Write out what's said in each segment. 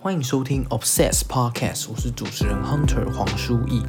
欢迎收听 Obsess Podcast， 我是主持人 Hunter 黄书义。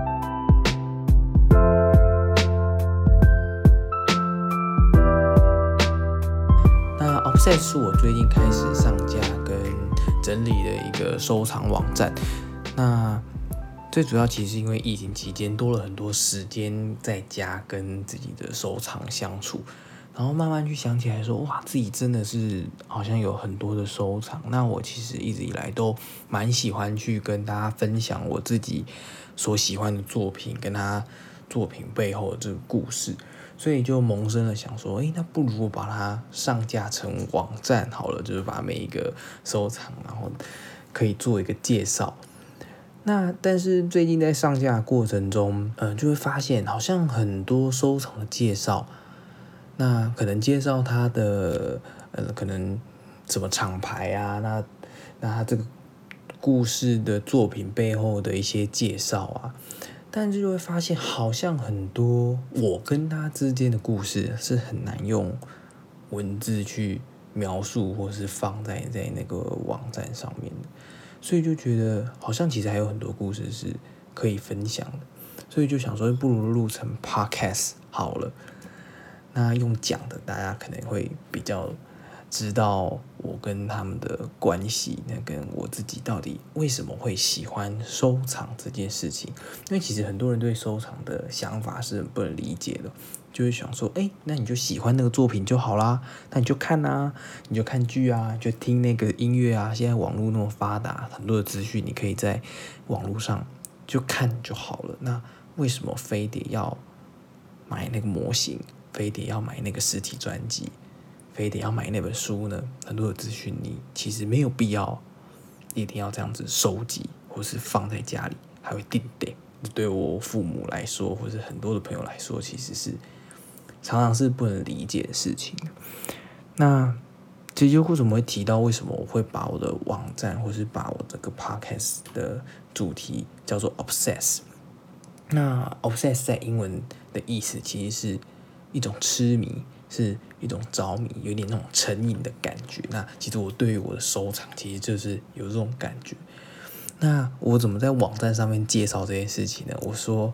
那 Obsess 是我最近开始上架跟整理的一个收藏网站。那最主要其实因为疫情期间多了很多时间在家跟自己的收藏相处，然后慢慢去想起来说，哇，自己真的是好像有很多的收藏。那我其实一直以来都蛮喜欢去跟大家分享我自己所喜欢的作品，跟他作品背后的这个故事，所以就萌生了想说，那不如把它上架成网站好了，就是把每一个收藏，然后可以做一个介绍。那但是最近在上架的过程中，就会发现好像很多收藏的介绍，那可能介绍它的可能什么厂牌啊，那它这个故事的作品背后的一些介绍啊，但是就会发现好像很多我跟他之间的故事是很难用文字去描述或是放在那个网站上面的。所以就觉得好像其实还有很多故事是可以分享的，所以就想说不如录成 podcast 好了。那用讲的大家可能会比较知道我跟他们的关系，那跟我自己到底为什么会喜欢收藏这件事情。因为其实很多人对收藏的想法是很不能理解的，就会想说，那你就喜欢那个作品就好啦，那你就看啊，你就看剧啊，就听那个音乐啊。现在网络那么发达，很多的资讯你可以在网络上就看就好了。那为什么非得要买那个模型，非得要买那个实体专辑，非得要买那本书呢？很多的资讯你其实没有必要一定要这样子收集，或是放在家里，还会定得。对我父母来说，或是很多的朋友来说，其实是常常是不能理解的事情。那其实就为什么会提到为什么我会把我的网站或是把我这个 podcast 的主题叫做 Obsess。那 Obsess 在英文的意思其实是一种痴迷，是一种着迷，有点那种成瘾的感觉。那其实我对于我的收藏其实就是有这种感觉。那我怎么在网站上面介绍这件事情呢？我说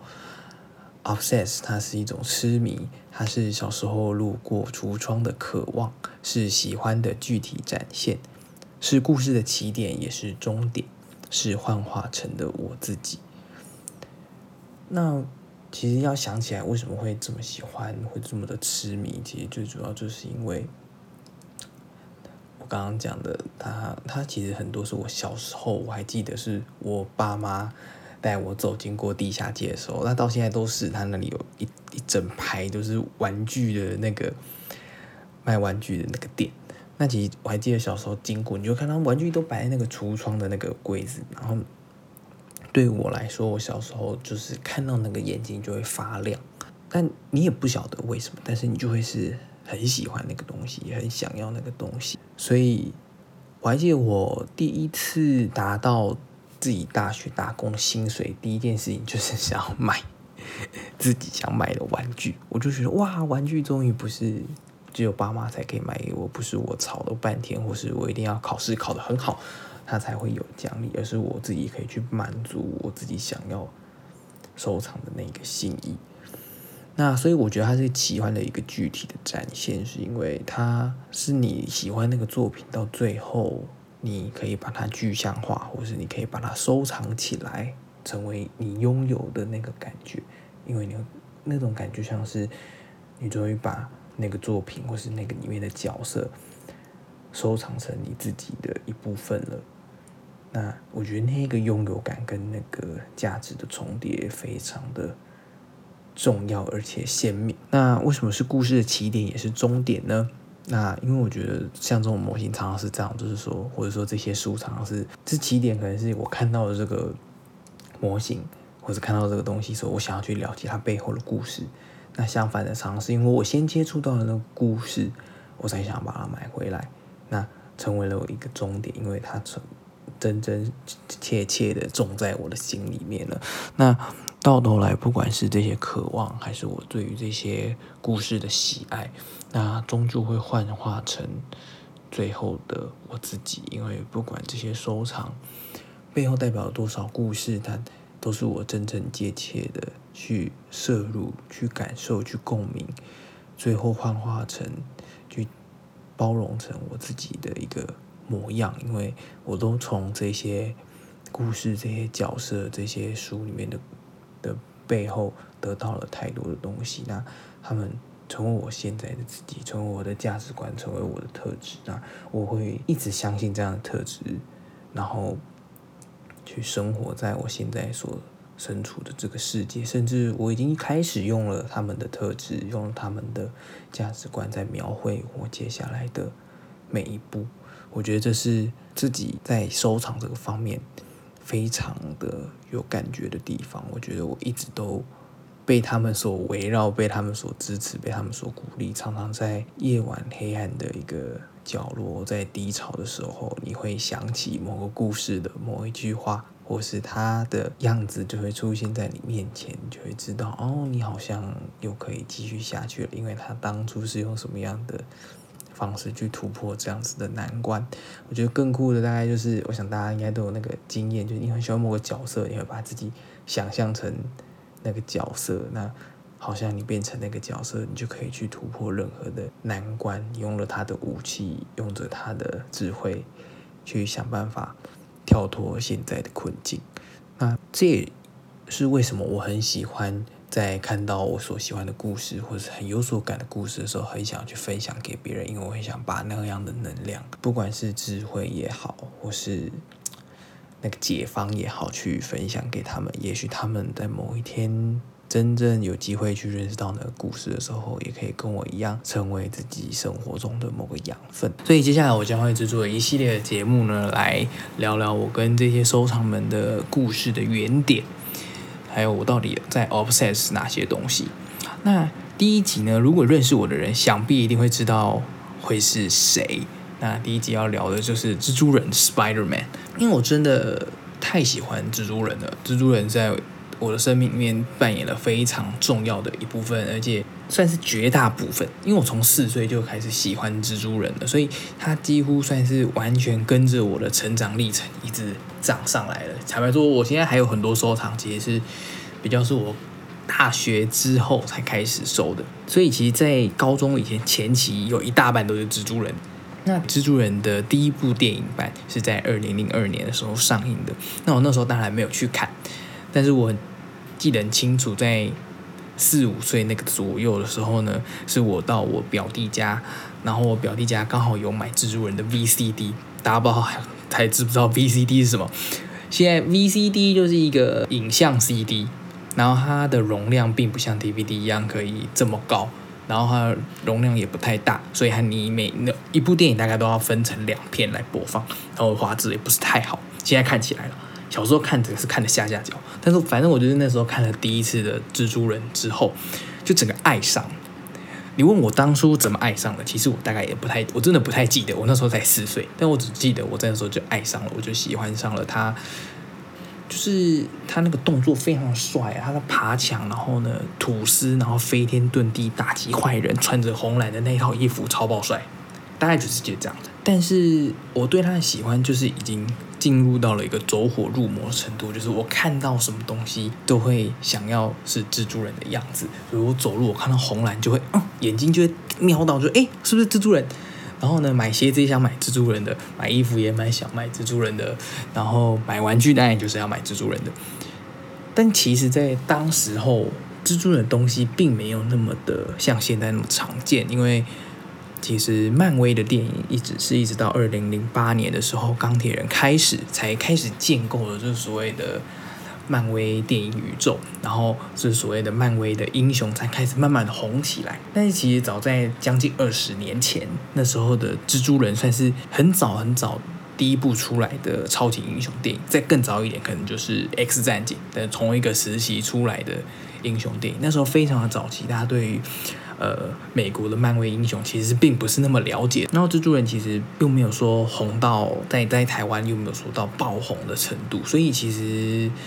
Obsess 它是一种痴迷，它是小时候路过橱窗的渴望，是喜欢的具体展现，是故事的起点也是终点，是幻化成的我自己。那其实要想起来为什么会这么喜欢，会这么的痴迷，其实最主要就是因为我刚刚讲的，它其实很多是我小时候，我还记得是我爸妈带我走经过地下街的时候，那到现在都是，他那里有一整排都是玩具的那个卖玩具的那个店。那其实我还记得小时候经过，你就看到玩具都摆在那个橱窗的那个柜子，然后对我来说，我小时候就是看到那个眼睛就会发亮，但你也不晓得为什么，但是你就会是很喜欢那个东西，也很想要那个东西。所以我还记得我第一次达到自己大学打工的薪水，第一件事情就是想要买自己想买的玩具。我就觉得哇，玩具终于不是只有爸妈才可以买给我，不是我吵了半天，或是我一定要考试考得很好他才会有奖励，而是我自己可以去满足我自己想要收藏的那个心意。那所以我觉得它是喜欢的一个具体的展现，是因为它是你喜欢那个作品到最后你可以把它具象化，或是你可以把它收藏起来，成为你拥有的那个感觉。因为你那种感觉像是你终于把那个作品或是那个里面的角色收藏成你自己的一部分了。那我觉得那个拥有感跟那个价值的重叠非常的重要而且鲜明。那为什么是故事的起点也是终点呢？那因为我觉得像这种模型常常是这样，就是说或者说这些书常常是这起点可能是我看到的这个模型或者看到这个东西，所以我想要去了解它背后的故事。那相反的常常是因为我先接触到了那个故事，我才想把它买回来，那成为了我一个终点，因为它真真切切的种在我的心里面了。那到头来，不管是这些渴望，还是我对于这些故事的喜爱，那终究会幻化成最后的我自己，因为不管这些收藏背后代表了多少故事，它都是我真正切切的去摄入、去感受、去共鸣，最后幻化成、去包容成我自己的一个模样。因为我都从这些故事、这些角色、这些书里面的背后得到了太多的东西，那他们成为我现在的自己，成为我的价值观，成为我的特质。那我会一直相信这样的特质，然后去生活在我现在所身处的这个世界，甚至我已经开始用了他们的特质，用了他们的价值观，在描绘我接下来的每一步。我觉得这是自己在收藏这个方面非常的有感觉的地方。我觉得我一直都被他们所围绕，被他们所支持，被他们所鼓励。常常在夜晚黑暗的一个角落，在低潮的时候，你会想起某个故事的某一句话，或是他的样子就会出现在你面前，你就会知道哦，你好像又可以继续下去了，因为他当初是用什么样的方式去突破这样子的难关。我觉得更酷的大概就是，我想大家应该都有那个经验，就是你很喜欢某个角色，你会把自己想象成那个角色，那好像你变成那个角色，你就可以去突破任何的难关。你用了他的武器，用着他的智慧，去想办法跳脱现在的困境。那这也是为什么我很喜欢在看到我所喜欢的故事，或是很有所感的故事的时候，很想去分享给别人，因为我很想把那样的能量，不管是智慧也好，或是那个解方也好，去分享给他们。也许他们在某一天真正有机会去认识到那个故事的时候，也可以跟我一样成为自己生活中的某个养分。所以接下来我将会制作一系列的节目呢，来聊聊我跟这些收藏们的故事的原点，还有我到底在 obsess 哪些东西。那第一集呢，如果认识我的人想必一定会知道会是谁。那第一集要聊的就是蜘蛛人 Spider-Man， 因为我真的太喜欢蜘蛛人了。蜘蛛人在我的生命里面扮演了非常重要的一部分，而且算是绝大部分。因为我从4岁就开始喜欢蜘蛛人了，所以他几乎算是完全跟着我的成长历程一直涨上来了。坦白说，我现在还有很多收藏，其实是比较是我大学之后才开始收的。所以其实在高中以前前期有一大半都是蜘蛛人。那蜘蛛人的第一部电影版是在2002年的时候上映的，那我那时候当然没有去看，但是我记得很清楚，在4、5岁那个左右的时候呢，是我到我表弟家，然后我表弟家刚好有买蜘蛛人的 VCD， 大家不知道还知不知道 VCD 是什么？现在 VCD 就是一个影像 CD， 然后它的容量并不像 DVD 一样可以这么高，然后它的容量也不太大，所以你每一部电影大概都要分成2片来播放，然后画质也不是太好。现在看起来了，小时候看这个是看的下脚，但是反正我就是那时候看了第一次的蜘蛛人之后，就整个爱上。你问我当初怎么爱上的，其实我大概也我真的不太记得，我那时候才4岁，但我只记得我在那时候就爱上了，我就喜欢上了他。就是他那个动作非常帅啊，他在爬墙，然后呢吐丝，然后飞天遁地打击坏人，穿着红蓝的那一套衣服超爆帅，大概就是这样的。但是我对他的喜欢就是已经进入到了一个走火入魔的程度，就是我看到什么东西都会想要是蜘蛛人的样子，所以我走路我看到红蓝就会眼睛就会瞄到，是不是蜘蛛人？然后呢，买鞋子也想买蜘蛛人的，买衣服也想买蜘蛛人的，然后买玩具当然就是要买蜘蛛人的。但其实在当时候，蜘蛛人的东西并没有那么的像现在那么常见，因为其实漫威的电影一直到2008年的时候，钢铁人才开始建构了就是所谓的漫威电影宇宙，然后是所谓的漫威的英雄才开始慢慢的红起来。但是其实早在将近20年前，那时候的蜘蛛人算是很早第一部出来的超级英雄电影。再更早一点，可能就是 X 战警的同一个时期出来的英雄电影。那时候非常的早期，大家对于美国的漫威英雄其实并不是那么了解，然后蜘蛛人其实又没有说红到在台湾又没有说到爆红的程度，所以其实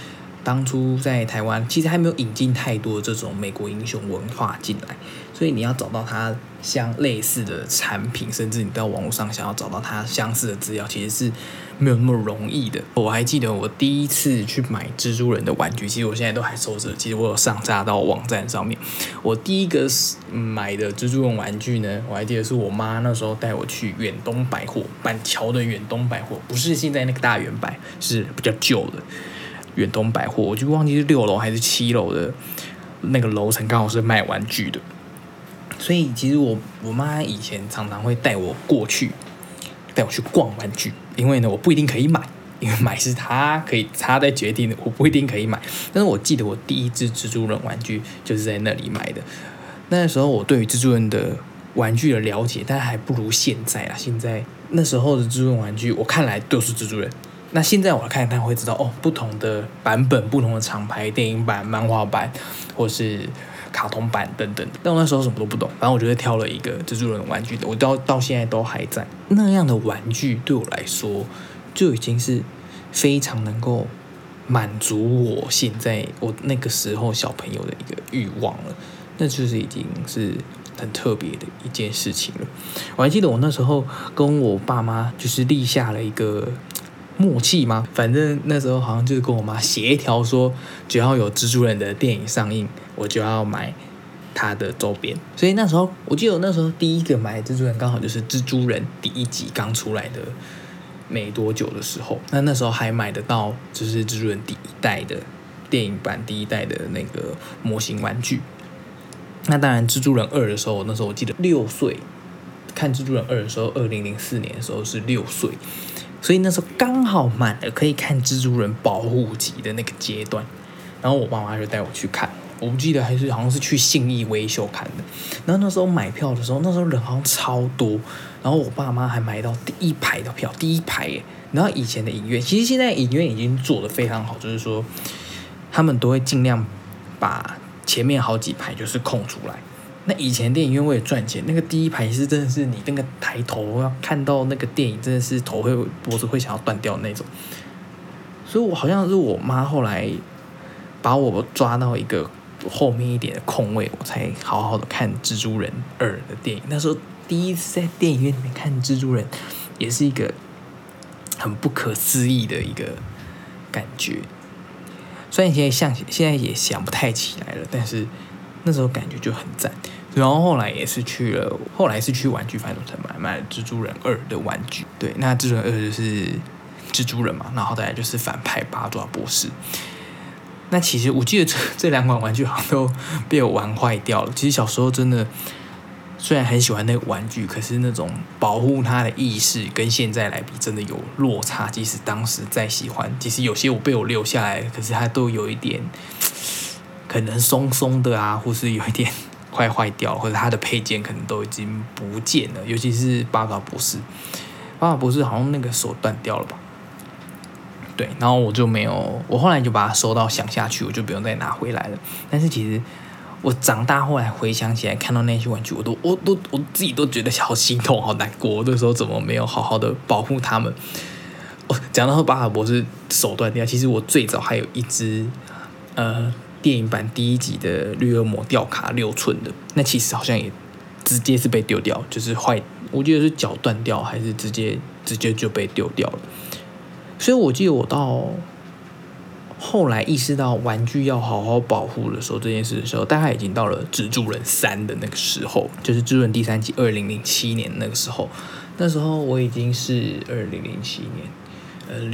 当初在台湾其实还没有引进太多这种美国英雄文化进来，所以你要找到它像类似的产品，甚至你到网络上想要找到它相似的资料，其实是没有那么容易的。我还记得我第一次去买蜘蛛人的玩具，其实我现在都还收着，其实我有上架到网站上面。我第一个买的蜘蛛人玩具呢，我还记得是我妈那时候带我去远东百货，板桥的远东百货，不是现在那个大圆百，是比较旧的远东百货，我就忘记是6楼还是7楼的那个楼层，刚好是卖玩具的。所以其实我妈以前常常会带我去逛玩具，因为呢我不一定可以买，因为买是她在决定的，我不一定可以买。但是我记得我第一只蜘蛛人玩具就是在那里买的。那时候我对于蜘蛛人的玩具的了解，但还不如现在啊。现在那时候的蜘蛛人玩具，我看来都是蜘蛛人。那现在我看，他会知道不同的版本、不同的厂牌、电影版、漫画版，或是卡通版等等。但我那时候什么都不懂，反正我就挑了一个蜘蛛人玩具的，我到现在都还在。那样的玩具对我来说，就已经是非常能够满足我那个时候小朋友的一个欲望了。那就是已经是很特别的一件事情了。我还记得我那时候跟我爸妈就是立下了一个默契吗？反正那时候好像就是跟我妈协调说，只要有蜘蛛人的电影上映，我就要买他的周边。所以那时候我记得我那时候第一个买蜘蛛人，刚好就是蜘蛛人第1集刚出来的没多久的时候。那时候还买得到就是蜘蛛人第1代的电影版第1代的那个模型玩具。那当然蜘蛛人2的时候，那时候我记得6岁，看蜘蛛人2的时候2004年的时候是6岁，所以那时候刚好满了可以看蜘蛛人保护级的那个阶段。然后我爸妈就带我去看，我不记得好像是去信义威秀看的。然后那时候买票的时候，那时候人好像超多，然后我爸妈还买到第1排的票，第1排耶。然后以前的影院，其实现在影院已经做得非常好，就是说他们都会尽量把前面好几排就是空出来。那以前电影院为了赚钱，那个第1排是真的是你那个抬头要看到那个电影，真的是脖子会想要断掉那种。所以我好像是我妈后来把我抓到一个后面一点的空位，我才好好的看蜘蛛人2的电影。那时候第一次在电影院里面看蜘蛛人，也是一个很不可思议的一个感觉。虽然现在也想不太起来了，但是那时候感觉就很赞。然后后来是去玩具反斗城买了蜘蛛人2的玩具。对，那蜘蛛人2就是蜘蛛人嘛，然后再来就是反派八爪博士。那其实我记得这2款玩具好像都被我玩坏掉了。其实小时候真的虽然很喜欢那个玩具，可是那种保护它的意识跟现在来比真的有落差。即使当时再喜欢，其实有些被我留下来，可是它都有一点可能松松的啊，或是有一点快坏掉，或者它的配件可能都已经不见了。尤其是八爪博士好像那个手断掉了吧？对，然后我后来就把它收到乡下去，我就不用再拿回来了。但是其实我长大后来回想起来，看到那些玩具，我自己都觉得好心痛、好难过。我那时候怎么没有好好的保护他们？讲到巴哈博士手断掉，其实我最早还有一只电影版第1集的绿恶魔吊卡6寸的，那其实好像也直接是被丢掉，就是坏，我记得是脚断掉，还是直接就被丢掉了。所以我记得我到后来意识到玩具要好好保护的时候，这件事的时候，大概已经到了蜘蛛人3的那个时候，就是蜘蛛人第3集2007年那个时候。那时候我已经是2007年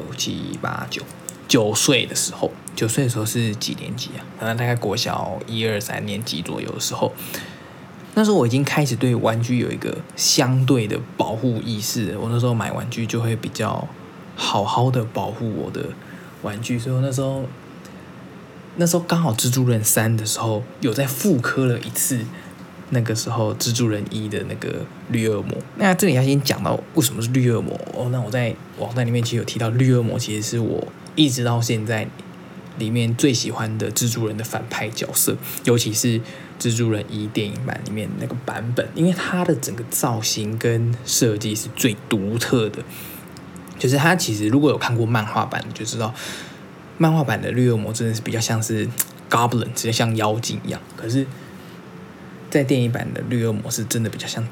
6、7、8、9岁的时候。9岁的时候是几年级啊？可能大概国小1、2、3年级左右的时候。那时候我已经开始对玩具有一个相对的保护意识了。我那时候买玩具就会比较好好的保护我的玩具，所以我那时候刚好蜘蛛人3的时候有在复刻了一次，那个时候蜘蛛人1的那个绿恶魔。那这里要先讲到为什么是绿恶魔那我在网站里面其实有提到，绿恶魔其实是我一直到现在里面最喜欢的蜘蛛人的反派角色，尤其是蜘蛛人1电影版里面那个版本，因为它的整个造型跟设计是最独特的。就是他其实如果有看过漫画版就知道， 漫画版的绿恶魔真的是比较像是 Goblin， 直接像妖精一样。可是，在电影版的绿恶魔是真的比较像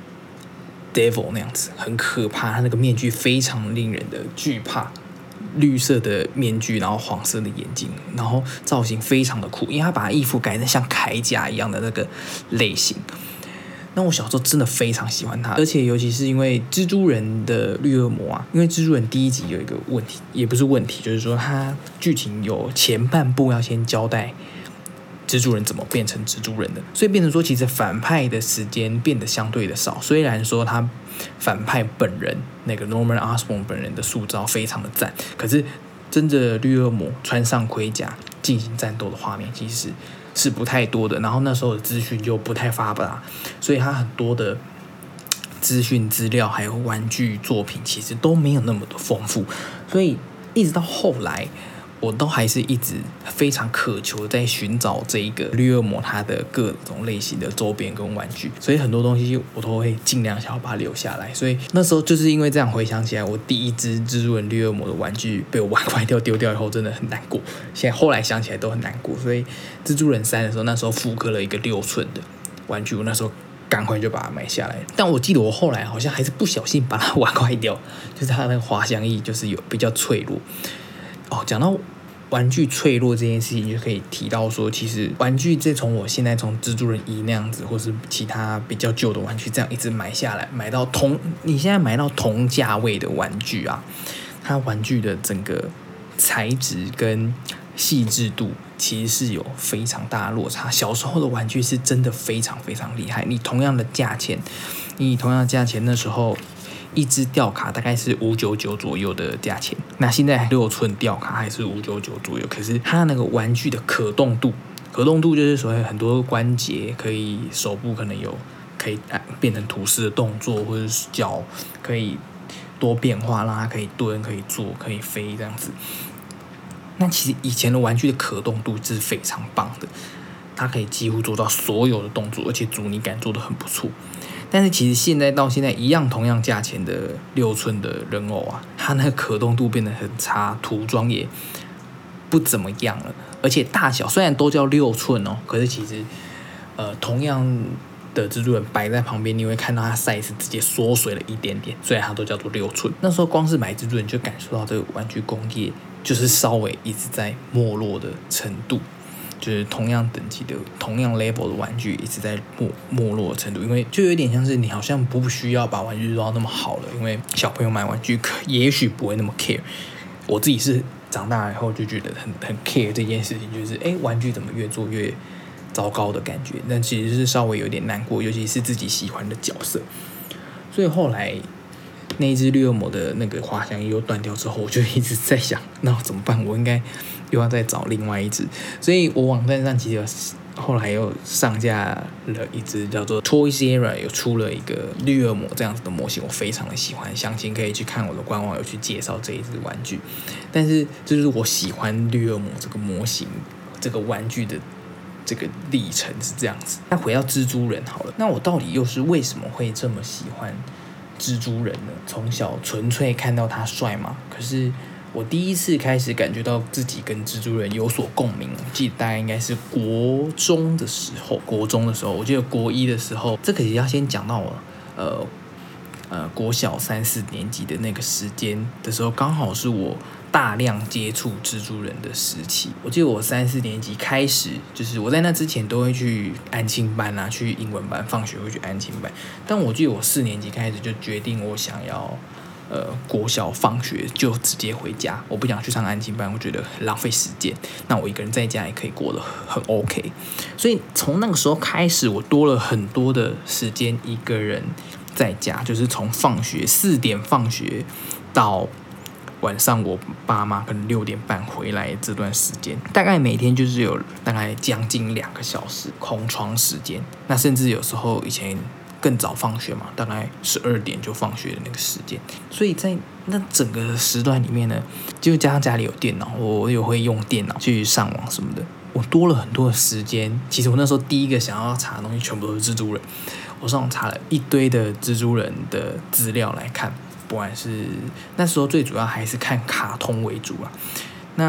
Devil 那样子，很可怕。他那个面具非常令人的惧怕，绿色的面具，然后黄色的眼睛，然后造型非常的酷，因为他把衣服改成像铠甲一样的那个类型。那我小时候真的非常喜欢他，而且尤其是因为蜘蛛人的绿恶魔啊，因为蜘蛛人第一集有一个问题，也不是问题，就是说他剧情有前半部要先交代蜘蛛人怎么变成蜘蛛人的，所以变成说其实反派的时间变得相对的少。虽然说他反派本人那个 Norman Osborn 本人的塑造非常的赞，可是真的绿恶魔穿上盔甲进行战斗的画面其实是不太多的，然后那时候的资讯就不太发达，所以他很多的资讯资料还有玩具作品其实都没有那么的丰富，所以一直到后来我都还是一直非常渴求在寻找这一个绿恶魔它的各种类型的周边跟玩具，所以很多东西我都会尽量想要把它留下来。所以那时候就是因为这样回想起来，我第一只蜘蛛人绿恶魔的玩具被我玩坏掉丢掉以后真的很难过，现在后来想起来都很难过。所以蜘蛛人3的时候，那时候复刻了一个6寸的玩具，我那时候赶快就把它买下来。但我记得我后来好像还是不小心把它玩坏掉，就是它那个滑翔翼就是有比较脆弱。讲到玩具脆弱这件事情，就可以提到说，其实玩具从我现在从蜘蛛人1那样子，或是其他比较旧的玩具，这样一直买下来，买到你现在买到同价位的玩具啊，它玩具的整个材质跟细致度其实是有非常大的落差。小时候的玩具是真的非常非常厉害，你同样的价钱那时候一支吊卡大概是599左右的价钱，那现在6寸吊卡还是599左右，可是它那个玩具的可动度就是所谓很多关节可以手部可能可以变成吐司的动作，或者是脚可以多变化，让它可以蹲可以坐可以飞这样子。那其实以前的玩具的可动度是非常棒的，它可以几乎做到所有的动作，而且阻尼感做得很不错。但是其实到现在一样同样价钱的6寸的人偶啊，它那个可动度变得很差，涂装也不怎么样了，而且大小虽然都叫6寸哦，可是其实同样的蜘蛛人摆在旁边，你会看到它 size 直接缩水了一点点，虽然它都叫做6寸。那时候光是买蜘蛛人就感受到这个玩具工业就是稍微一直在没落的程度，就是同样等级的同样 level 的玩具一直在没落的程度，因为就有点像是你好像不需要把玩具做到那么好了，因为小朋友买玩具也许不会那么 care。我自己是长大以后就觉得很 care 这件事情，就是玩具怎么越做越糟糕的感觉，但其实是稍微有点难过，尤其是自己喜欢的角色。所以后来那一只绿恶魔的那个滑翔翼又断掉之后，我就一直在想，那怎么办？我应该又要再找另外一只。所以我网站上其实后来又上架了一只叫做 Toys Era， 有出了一个绿恶魔这样子的模型，我非常的喜欢，详情可以去看我的官网有去介绍这一只玩具。但是就是我喜欢绿恶魔这个模型这个玩具的这个历程是这样子。那回到蜘蛛人好了，那我到底又是为什么会这么喜欢蜘蛛人呢？从小纯粹看到他帅嘛，可是我第一次开始感觉到自己跟蜘蛛人有所共鸣，我记得大概应该是国中的时候，我记得国1的时候，这个也要先讲到我国小3、4年级的那个时间的时候，刚好是我大量接触蜘蛛人的时期。我记得我3、4年级开始，就是我在那之前都会去安亲班啊，去英文班，放学会去安亲班。但我记得我4年级开始就决定我想要国小放学就直接回家，我不想去上安亲班，我觉得很浪费时间。那我一个人在家也可以过得很 OK。所以从那个时候开始，我多了很多的时间一个人在家，就是从放学4点放学到晚上我爸妈可能6点半回来这段时间，大概每天就是有大概将近2个小时空窗时间。那甚至有时候以前更早放学嘛，大概12点就放学的那个时间。所以在那整个时段里面呢，就加上家里有电脑，我也会用电脑去上网什么的，我多了很多的时间。其实我那时候第一个想要查的东西全部都是蜘蛛人，我上网查了一堆的蜘蛛人的资料来看，不管是那时候最主要还是看卡通为主啦。那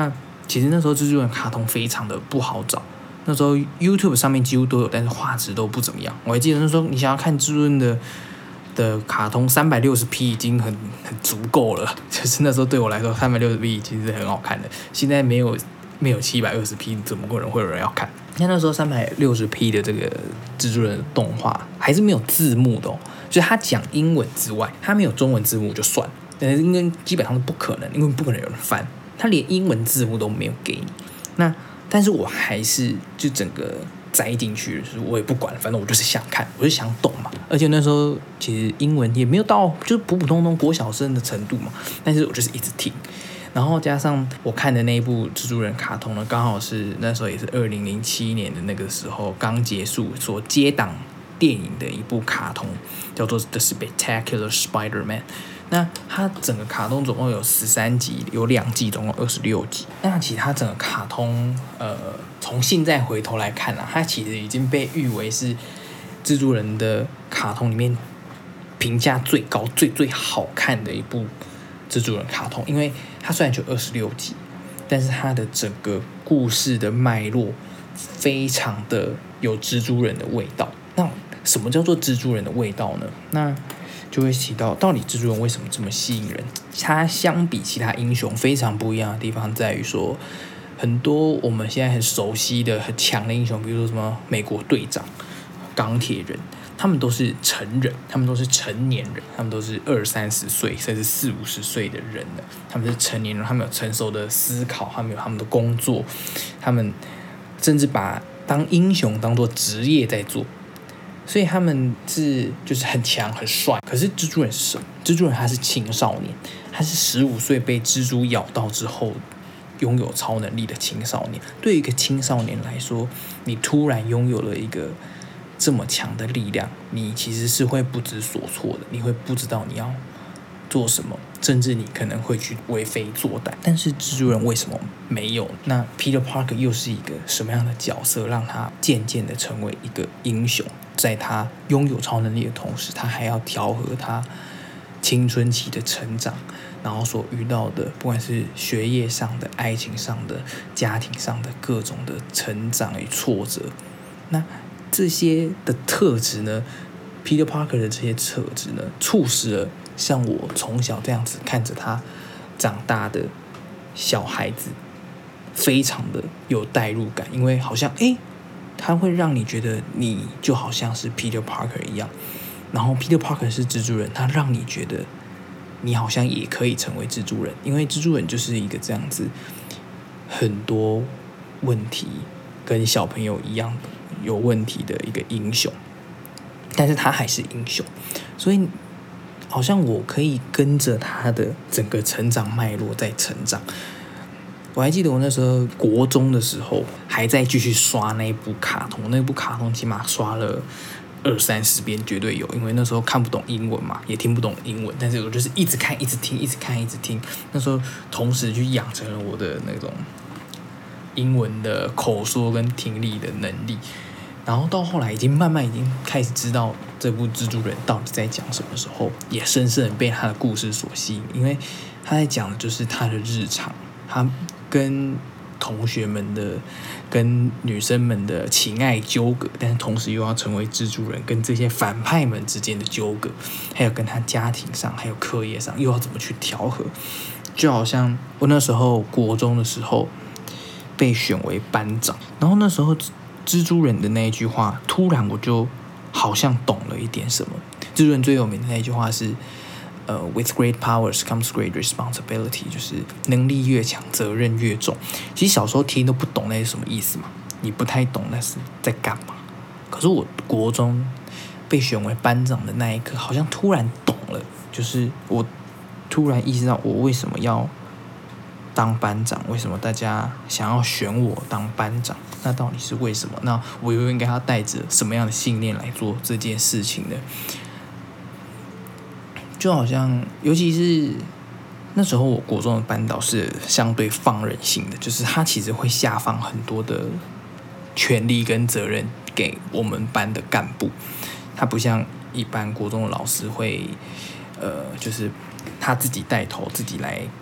其实那时候蜘蛛人卡通非常的不好找，那时候 YouTube 上面几乎都有，但是画质都不怎么样。我还记得那时候你想要看蜘蛛人的卡通360p 已经很足够了，就是那时候对我来说360p 已经是很好看的。现在没有720p， 怎么可能会有人要看？那时候360p 的这个蜘蛛人的动画还是没有字幕的哦，就是他讲英文之外，他没有中文字幕就算，但是应该基本上是不可能，因为不可能有人翻，他连英文字幕都没有给你。但是我还是就整个栽进去，就是我也不管，反正我就是想看，我就想懂嘛。而且那时候其实英文也没有到就是普普通通国小生的程度嘛，但是我就是一直听。然后加上我看的那一部蜘蛛人卡通呢，刚好是那时候也是2007年的那个时候刚结束所接档电影的一部卡通，叫做《The Spectacular Spider-Man》。那它整个卡通总共有13集，有2季，总共26集。那其实它整个卡通，从现在回头来看啊，它其实已经被誉为是蜘蛛人的卡通里面评价最高、最好看的一部蜘蛛人卡通。因为它虽然就26集，但是它的整个故事的脉络非常的有蜘蛛人的味道。那什么叫做蜘蛛人的味道呢？那就会提到到底蜘蛛人为什么这么吸引人。它相比其他英雄非常不一样的地方在于说，很多我们现在很熟悉的很强的英雄，比如说什么美国队长、钢铁人，他们都是成人，他们都是成年人，他们都是20-30岁甚至40-50岁的人了。他们是成年人，他们有成熟的思考，他们有他们的工作，他们甚至把当英雄当作职业在做。所以他们就是很强很帅。可是蜘蛛人是什么？蜘蛛人他是青少年，他是15岁被蜘蛛咬到之后拥有超能力的青少年。对于一个青少年来说，你突然拥有了一个这么强的力量，你其实是会不知所措的，你会不知道你要做什么，甚至你可能会去为非作歹。但是蜘蛛人为什么没有？那 Peter Parker 又是一个什么样的角色，让他渐渐的成为一个英雄？在他拥有超能力的同时，他还要调和他青春期的成长，然后所遇到的不管是学业上的、爱情上的、家庭上的各种的成长与挫折。那这些的特质呢， Peter Parker 的这些特质呢，促使了像我从小这样子看着他长大的小孩子非常的有代入感，因为好像它会让你觉得你就好像是 Peter Parker 一样，然后 Peter Parker 是蜘蛛人，他让你觉得你好像也可以成为蜘蛛人，因为蜘蛛人就是一个这样子很多问题跟小朋友一样有问题的一个英雄，但是他还是英雄，所以好像我可以跟着他的整个成长脉络在成长。我还记得我那时候国中的时候还在继续刷那部卡通，那部卡通起码刷了20-30遍绝对有，因为那时候看不懂英文嘛，也听不懂英文，但是我就是一直看一直听，一直看一直听。那时候同时去养成了我的那种英文的口说跟听力的能力，然后到后来慢慢已经开始知道这部蜘蛛人到底在讲什么时候，也深深的被他的故事所吸引，因为他在讲的就是他的日常，他跟同学们的、跟女生们的情爱纠葛，但是同时又要成为蜘蛛人，跟这些反派们之间的纠葛，还有跟他家庭上还有课业上又要怎么去调和。就好像我那时候国中的时候被选为班长，然后那时候蜘蛛人的那一句话，突然我就好像懂了一点什么。蜘蛛人最有名的那一句话是with great powers comes great responsibility， 就是能力越强，责任越重。其实小时候听都不懂那是什么意思嘛，你不太懂那是在干嘛。可是我国中被选为班长的那一刻，好像突然懂了，就是我突然意识到我为什么要当班长，为什么大家想要选我当班长，那到底是为什么？那我又应该要带着什么样的信念来做这件事情呢？就好像，尤其是那时候我国中的班导是相对放任性的，就是他其实会下放很多的权力跟责任给我们班的干部，他不像一般国中的老师会就是他自己带头自己来管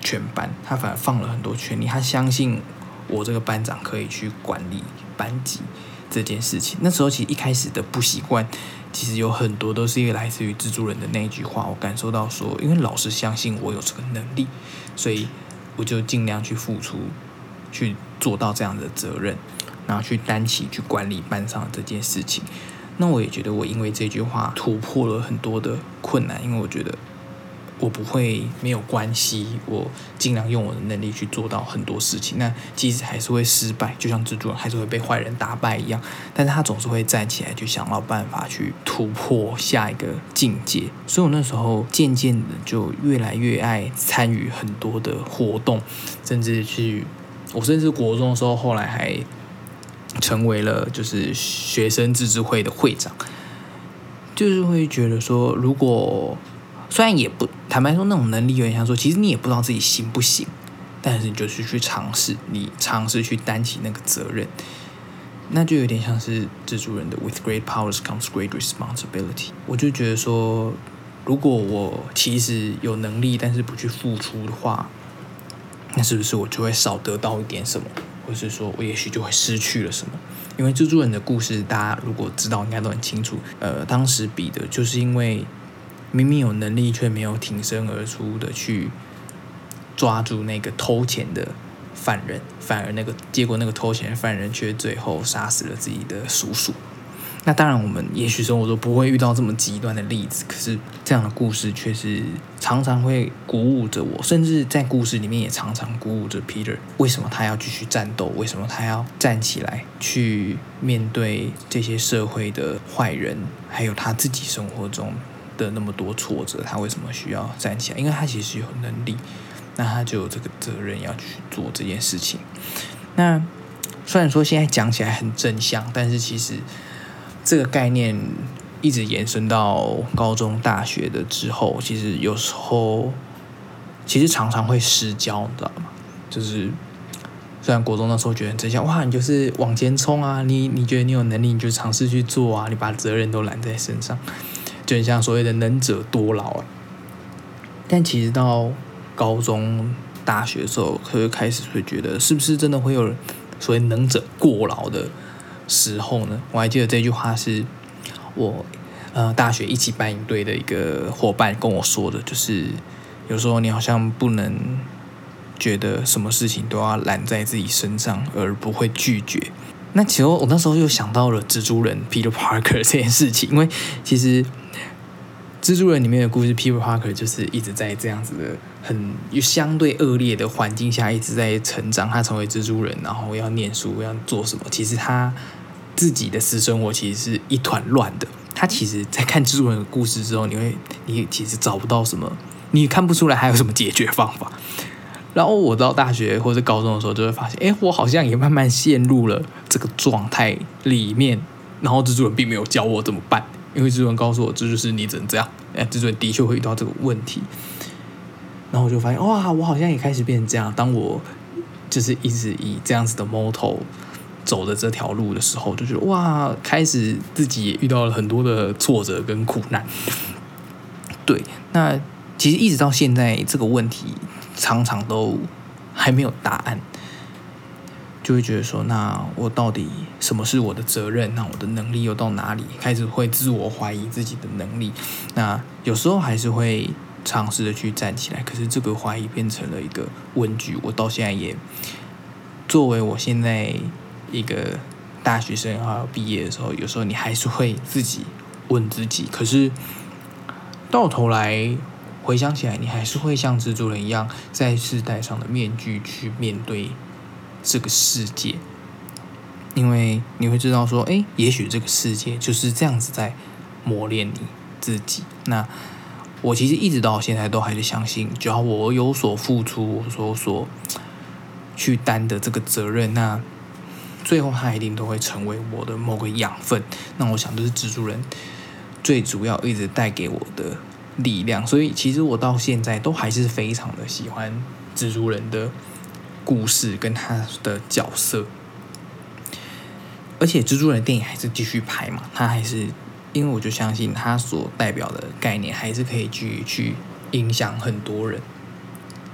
全班，他反而放了很多权利，他相信我这个班长可以去管理班级这件事情。那时候其实一开始的不习惯，其实有很多都是因为来自于蜘蛛人的那一句话，我感受到说，因为老师相信我有这个能力，所以我就尽量去付出，去做到这样的责任，然后去担起去管理班上的这件事情。那我也觉得我因为这句话突破了很多的困难，因为我觉得我不会没有关系，我尽量用我的能力去做到很多事情。那即使还是会失败，就像蜘蛛人还是会被坏人打败一样，但是他总是会站起来去想到办法去突破下一个境界。所以我那时候渐渐的就越来越爱参与很多的活动，甚至国中的时候，后来还成为了就是学生自治会的会长。就是会觉得说，如果虽然也不坦白说，那种能力有点像说，其实你也不知道自己行不行，但是你就是去尝试，你尝试去担起那个责任，那就有点像是蜘蛛人的 "With great powers comes great responsibility"。我就觉得说，如果我其实有能力，但是不去付出的话，那是不是我就会少得到一点什么，或是说我也许就会失去了什么？因为蜘蛛人的故事，大家如果知道，应该都很清楚。当时彼得就是因为明明有能力，却没有挺身而出的去抓住那个偷钱的犯人，反而结果那个偷钱的犯人却最后杀死了自己的叔叔。那当然，我们也许生活中不会遇到这么极端的例子，可是这样的故事却是常常会鼓舞着我，甚至在故事里面也常常鼓舞着 Peter。为什么他要继续战斗？为什么他要站起来去面对这些社会的坏人，还有他自己生活中的那么多挫折？他为什么需要站起来？因为他其实有能力，那他就有这个责任要去做这件事情。那虽然说现在讲起来很正向，但是其实这个概念一直延伸到高中、大学的之后，其实有时候其实常常会失焦，你知道吗？就是虽然国中那时候觉得很正向，哇，你就是往前冲啊，你觉得你有能力，你就尝试去做啊，你把责任都揽在身上，就很像所谓的能者多劳啊。但其实到高中、大学的时候，会开始会觉得，是不是真的会有所谓能者过劳的时候呢？我还记得这句话是我大学一起办营队的一个伙伴跟我说的，就是有时候你好像不能觉得什么事情都要揽在自己身上，而不会拒绝。那其实我那时候又想到了蜘蛛人 Peter Parker 这件事情，因为其实蜘蛛人里面的故事 Peter Parker 就是一直在这样子的很相对恶劣的环境下一直在成长，他成为蜘蛛人，然后要念书要做什么，其实他自己的私生活其实是一团乱的。他其实在看蜘蛛人的故事之后，你其实找不到什么，你看不出来还有什么解决方法。然后我到大学或者高中的时候就会发现，我好像也慢慢陷入了这个状态里面，然后蜘蛛人并没有教我怎么办，因为蜘蛛人告诉我这就是你只能这样，蜘蛛人的确会遇到这个问题。然后我就发现，哇，我好像也开始变成这样。当我就是一直以这样子的 motto 走的这条路的时候，就觉得哇，开始自己也遇到了很多的挫折跟苦难。对，那其实一直到现在这个问题常常都还没有答案，就会觉得说，那我到底什么是我的责任？那我的能力又到哪里？开始会自我怀疑自己的能力。那有时候还是会尝试的去站起来，可是这个怀疑变成了一个问句。我到现在也作为我现在一个大学生要毕业的时候，有时候你还是会自己问自己，可是到头来回想起来，你还是会像蜘蛛人一样，再次戴上了面具去面对这个世界。因为你会知道说，也许这个世界就是这样子在磨练你自己。那我其实一直到现在都还是相信，只要我有所付出，我所去担的这个责任，那最后它一定都会成为我的某个养分。那我想这是蜘蛛人最主要一直带给我的力量。所以其实我到现在都还是非常的喜欢蜘蛛人的故事跟他的角色。而且蜘蛛人的电影还是继续拍嘛，他还是因为我就相信他所代表的概念还是可以去影响很多人。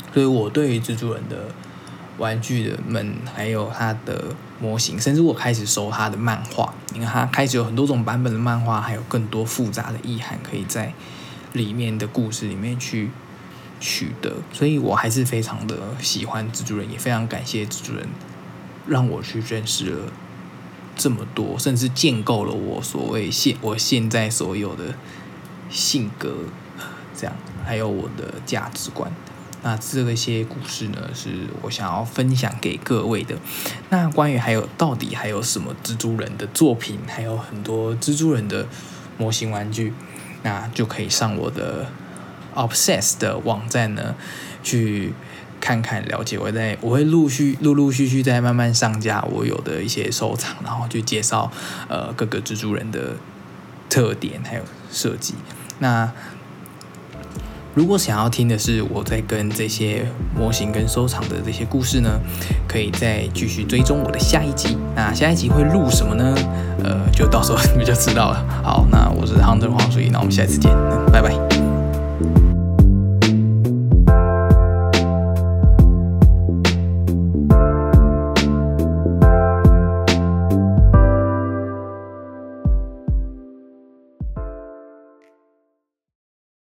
所以我对于蜘蛛人的玩具的们，还有它的模型，甚至我开始收它的漫画。你看，它开始有很多种版本的漫画，还有更多复杂的意涵可以在里面的故事里面去取得。所以我还是非常的喜欢蜘蛛人，也非常感谢蜘蛛人让我去认识了这么多，甚至建构了我我现在所有的性格，这样还有我的价值观。那这些故事呢，是我想要分享给各位的。那关于到底还有什么蜘蛛人的作品，还有很多蜘蛛人的模型玩具，那就可以上我的 Obsess 的网站呢去看看了解。我会陆陆续再慢慢上架我有的一些收藏，然后去介绍各个蜘蛛人的特点还有设计。那如果想要听的是我在跟这些模型跟收藏的这些故事呢，可以再继续追踪我的下一集。那下一集会录什么呢？就到时候你们就知道了。好，那我是 Hunter 黄水，那我们下一次见，拜拜。